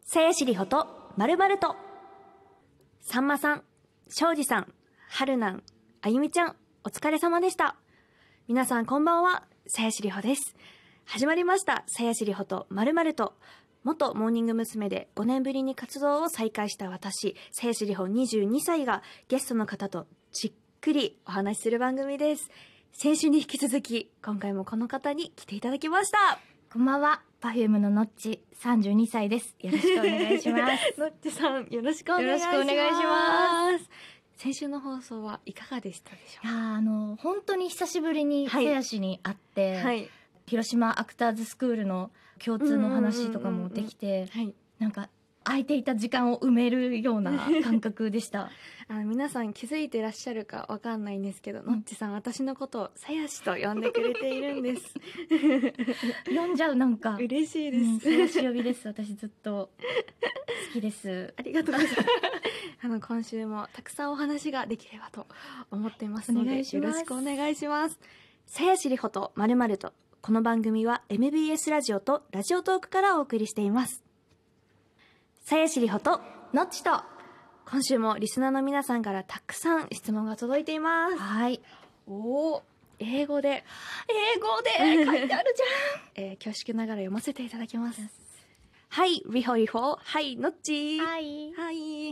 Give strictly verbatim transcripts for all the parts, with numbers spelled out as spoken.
さやしりほとまるまると。さんまさん、庄司さん、はるなん、あゆみちゃん、お疲れ様でした。皆さんこんばんは、さやしりほです。始まりましたさやしりほとまるまると。元モーニング娘。でごねんぶりに活動を再開した私、さやしりほにじゅうにさいがゲストの方とじっくりお話しする番組です。先週に引き続き今回もこの方に来ていただきました。 こんばんは、Perfume ののっち、さんじゅうにさいです。よろしくお願いしますのっちさん、よろしくお願いします。 よろしくお願いします。 先週の放送はいかがでしたでしょうか。 いやあの本当に久しぶりにせやしに会って、 はい、 広島アクターズスクールの共通の話とかもできて、なんか空いていた時間を埋めるような感覚でしたあの皆さん気づいてらっしゃるかわかんないんですけど、うん、のっちさん私のことをさやしと呼んでくれているんです呼んじゃう、なんか嬉しいです、うん、 さやし呼びです。私ずっと好きです。 ありがとうございますあの今週もたくさんお話ができればと思っていますので、よろしくお願いします。さやしりほとまるまると。この番組は エムビーエス ラジオとラジオトークからお送りしています。さやしりほとのっちと。 今週もリスナーの皆さんからたくさん質問が届いています。 はい。 おー、英語で英語で書いてあるじゃん、えー、恐縮ながら読ませていただきます。はい、リホリホ。はい、のっち。 はい。 はい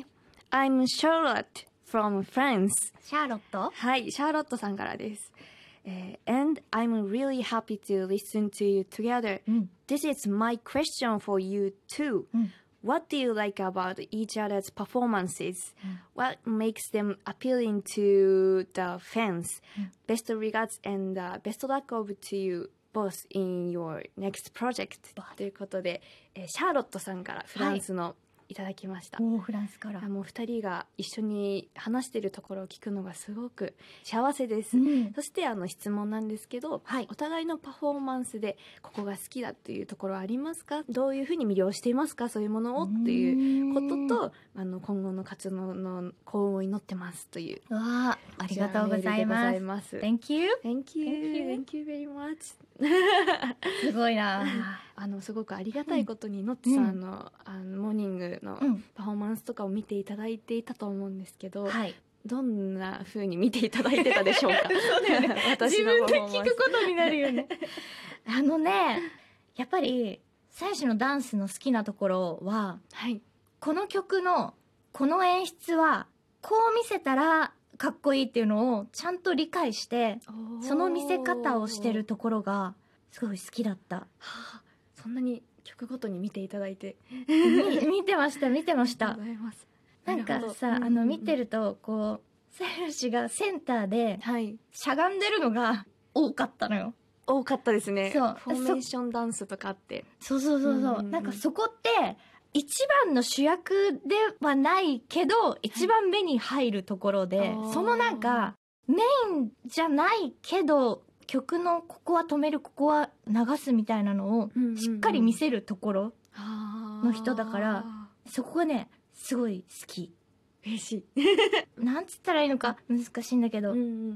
。I'm Charlotte from France。 シャーロット。 はい、シャーロットさんからです。Uh, and I'm really happy to listen to you together. Mm. This is my question for you too. Mm. What do you like about each other's performances? Mm. What makes them appealing to the fans? Mm. Best regards and uh, best luck of to you both in your next project. ということで、えー、シャーロットさんからフランスの、はいいただきました。 おー、フランスから。 もうふたりが一緒に話しているところを聞くのがすごく幸せです、 うん、 そしてあの質問なんですけど、はい、お互いのパフォーマンスでここが好きだっていうところはありますか？どういうふうに魅了していますか？そういうものをっていうことと、あの今後の活動の幸運を祈ってますという。 わー、ありがとうございます。Thank you. Thank you. Thank you very much. すごいなあのすごくありがたいことに、うん、のっちさんの、うん、あのモーニングのパフォーマンスとかを見ていただいていたと思うんですけど、 はい、 どんな風に見ていただいてたでしょうか？ そうだよね自分で聞くことになるよねあのね、やっぱりさやしのダンスの好きなところは、 はい、 この曲のこの演出はこう見せたらかっこいいっていうのをちゃんと理解してその見せ方をしてるところがすごい好きだった、はあ、そんなに曲ごとに見ていただいて見, 見てました見てました。 ありがとうございます。 なんかさ、うんうんうん、あの見てるとこうさやしがセンターでしゃがんでるのが多かったのよ。 多かったですね。 そうフォーメーションダンスとかあって、 そうそうそうそう、うんうんうん、なんかそこって一番の主役ではないけど一番目に入るところで、はい、そのなんかメインじゃないけど曲のここは止めるここは流すみたいなのをしっかり見せるところの人だから、うんうんうん、そこがねすごい好き。 嬉しいなんつったらいいのか難しいんだけど、うんうんうんうん、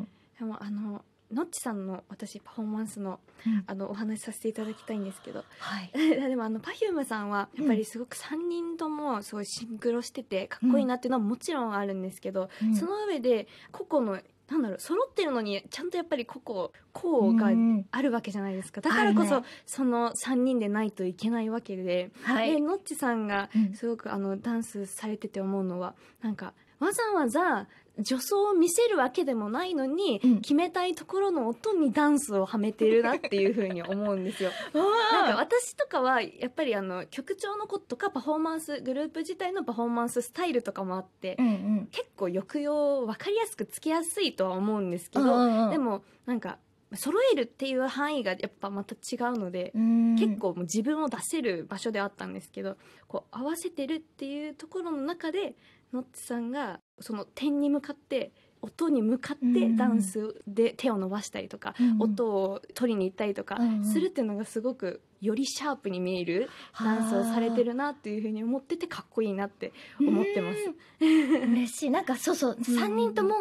でもあののっちさんの私パフォーマンスの、うん、あのお話しさせていただきたいんですけど、 はい、 でもあの Perfume さんはやっぱりすごくさんにんともすごいシンクロしててかっこいいなっていうのはもちろんあるんですけど、うん、その上で個々のなんだろう揃ってるのにちゃんとやっぱり個々個々があるわけじゃないですか。だからこそ、ね、そのさんにんでないといけないわけで、はい、でのっちさんがすごくあのダンスされてて思うのは、なんかわざわざ助走を見せるわけでもないのに、うん、決めたいところの音にダンスをはめてるなっていう風に思うんですよなんか私とかはやっぱりあの曲調のこととかパフォーマンスグループ自体のパフォーマンススタイルとかもあって、うんうん、結構抑揚分かりやすくつけやすいとは思うんですけど、うんうん、でもなんか揃えるっていう範囲がやっぱまた違うので、結構もう自分を出せる場所であったんですけど、こう合わせてるっていうところの中でのっちさんがその点に向かって音に向かってダンスで手を伸ばしたりとか、うん、音を取りに行ったりとかするっていうのがすごくよりシャープに見えるダンスをされてるなっていうふうに思っててかっこいいなって思ってます。 嬉しい。なんかそうそう、うん、さんにんとも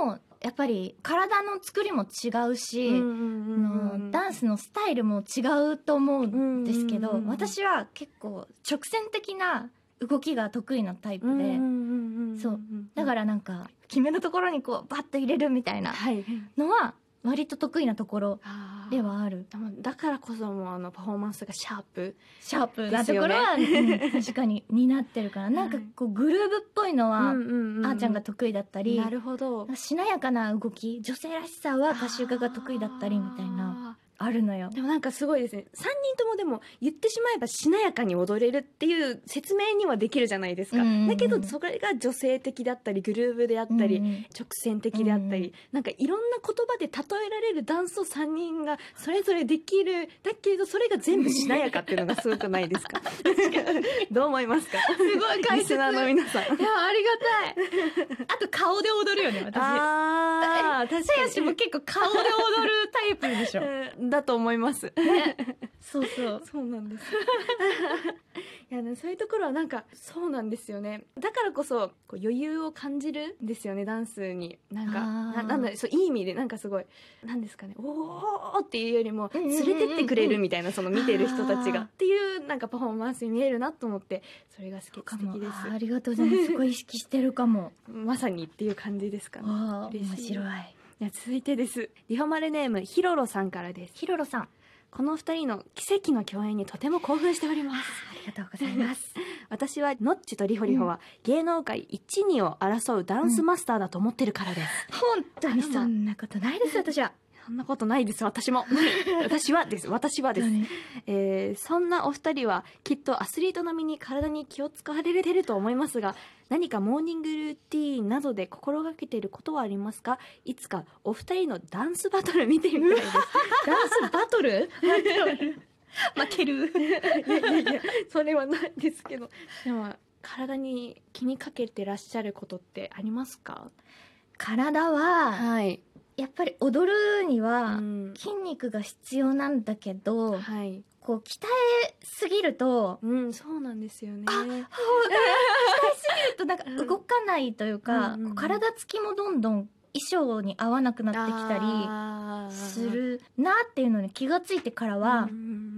やっぱり体の作りも違うし、 うんうんうんうん、 ダンスのスタイルも違うと思うんですけど、 うんうんうん、 私は結構直線的な動きが得意なタイプで、うんうんうんうん、そうだからなんか決めのところにこうバッと入れるみたいなのは割と得意なところではある。 あだからこそもうあのパフォーマンスがシャープシャープなところは、ねうん、確かにになってるからなんかこうグルーヴっぽいのは、うんうんうん、あーちゃんが得意だったり、 なるほど、 しなやかな動き女性らしさはカシウカが得意だったりみたいなあるのよ。 でもなんかすごいですね、さんにんともでも言ってしまえばしなやかに踊れるっていう説明にはできるじゃないですか、うんうんうん、だけどそれが女性的であったりグルーヴであったり、うんうん、直線的であったり、うんうん、なんかいろんな言葉で例えられるダンスをさんにんがそれぞれできる、だけどそれが全部しなやかっていうのがすごくないですかどう思いますか？ すごい解説、 リスナーの皆さん、いやありがたいあと顔で踊るよね私。ああ確かに、私も結構顔で踊るタイプでしょだと思います、 ね、そうそうそうなんですいや、ね、そういうところはなんかそうなんですよね。だからこそこう余裕を感じるんですよね、ダンスに。なんか な, なんだそういい意味でなんかすごいなんですかね、おーっていうよりも連れてってくれるみたいな、その見てる人たちがっていうなんかパフォーマンスに見えるなと思って、それが好き、素敵です。 あ, ありがとうございますすごい意識してるかもまさにっていう感じですかね。 面白い。 いや続いてです。リホマルネームヒロロさんからです。 ヒロロさん、 この二人の奇跡の共演にとても興奮しております。 ありがとうございます私はノッチとリホリホは芸能界一二を争うダンスマスターだと思ってるからです、 うん、本当にそんなことないです私は。 そんなことないです。私も私はです私はです、えー、そんなお二人はきっとアスリート並みに体に気を使われてると思いますが、何かモーニングルーティーンなどで心がけていることはありますか？いつかお二人のダンスバトル見てみたいですダンスバトル負けるいやいやいやそれはないですけど、でも体に気にかけてらっしゃることってありますか？ 体は、 はい、 やっぱり踊るには筋肉が必要なんだけど、うん、はい、こう鍛えすぎると、 うん、そうなんですよね。あ、 鍛えすぎるとなんか動かないというか、うん、こう体つきもどんどん衣装に合わなくなってきたりするなっていうのに気がついてからは、うん、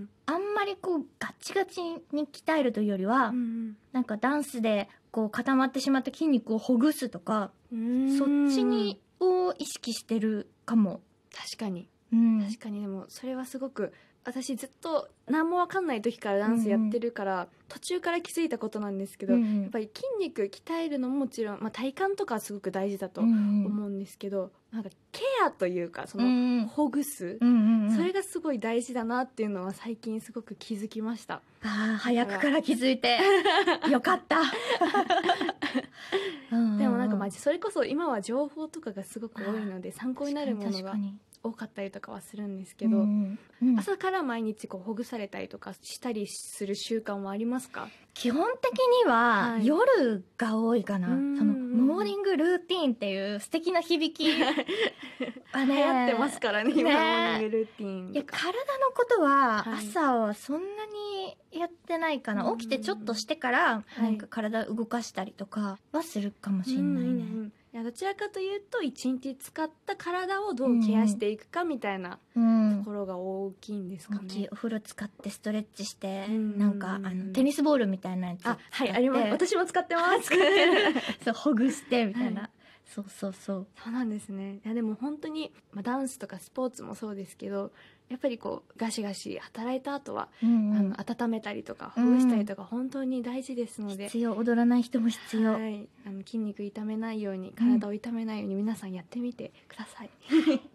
あんまりこうガチガチに鍛えるというよりは、うん、なんかダンスでこう固まってしまった筋肉をほぐすとか、うん、そっちにを意識してるかも。 確かに、 うん、 確かに。でもそれはすごく私ずっと何も分かんない時からダンスやってるから、うん、途中から気づいたことなんですけど、うん、やっぱり筋肉鍛えるのももちろん、まあ、体幹とかはすごく大事だと思うんですけど、うん、なんかケアというかその、うん、ほぐす、うんうんうん、それがすごい大事だなっていうのは最近すごく気づきました。 あ、早くから気づいてよかったでもなんかまあそれこそ今は情報とかがすごく多いので参考になるものが多かったりとかはするんですけど、うんうん、朝から毎日こうほぐされたりとかしたりする習慣はありますか？ 基本的には夜が多いかな、はい、そのモーニングルーティーンっていう素敵な響きあ、ね、流行ってますからね、今、ね、モーニングルーティーン。 いや、体のことは朝はそんなにやってないかな、はい、起きてちょっとしてからなんか体動かしたりとかはするかもしれないね、うんうんうん。 いや、どちらかというと一日使った体をどうケアしていくかみたいなところが大きいんですかね、 大きい。お風呂使ってストレッチして、うん、なんかあのテニスボールみたいなやつ、 あ、はい、あります。私も使ってますそう、ほぐしてみたいな、はい、そうそうそうそうなんですね。いやでも本当に、まあ、ダンスとかスポーツもそうですけど、やっぱりこうガシガシ働いた後は、うんうん、あの温めたりとかほぐしたりとか本当に大事ですので、うん、 必要。踊らない人も必要、 はい、あの筋肉痛めないように、体を痛めないように皆さんやってみてください、 うん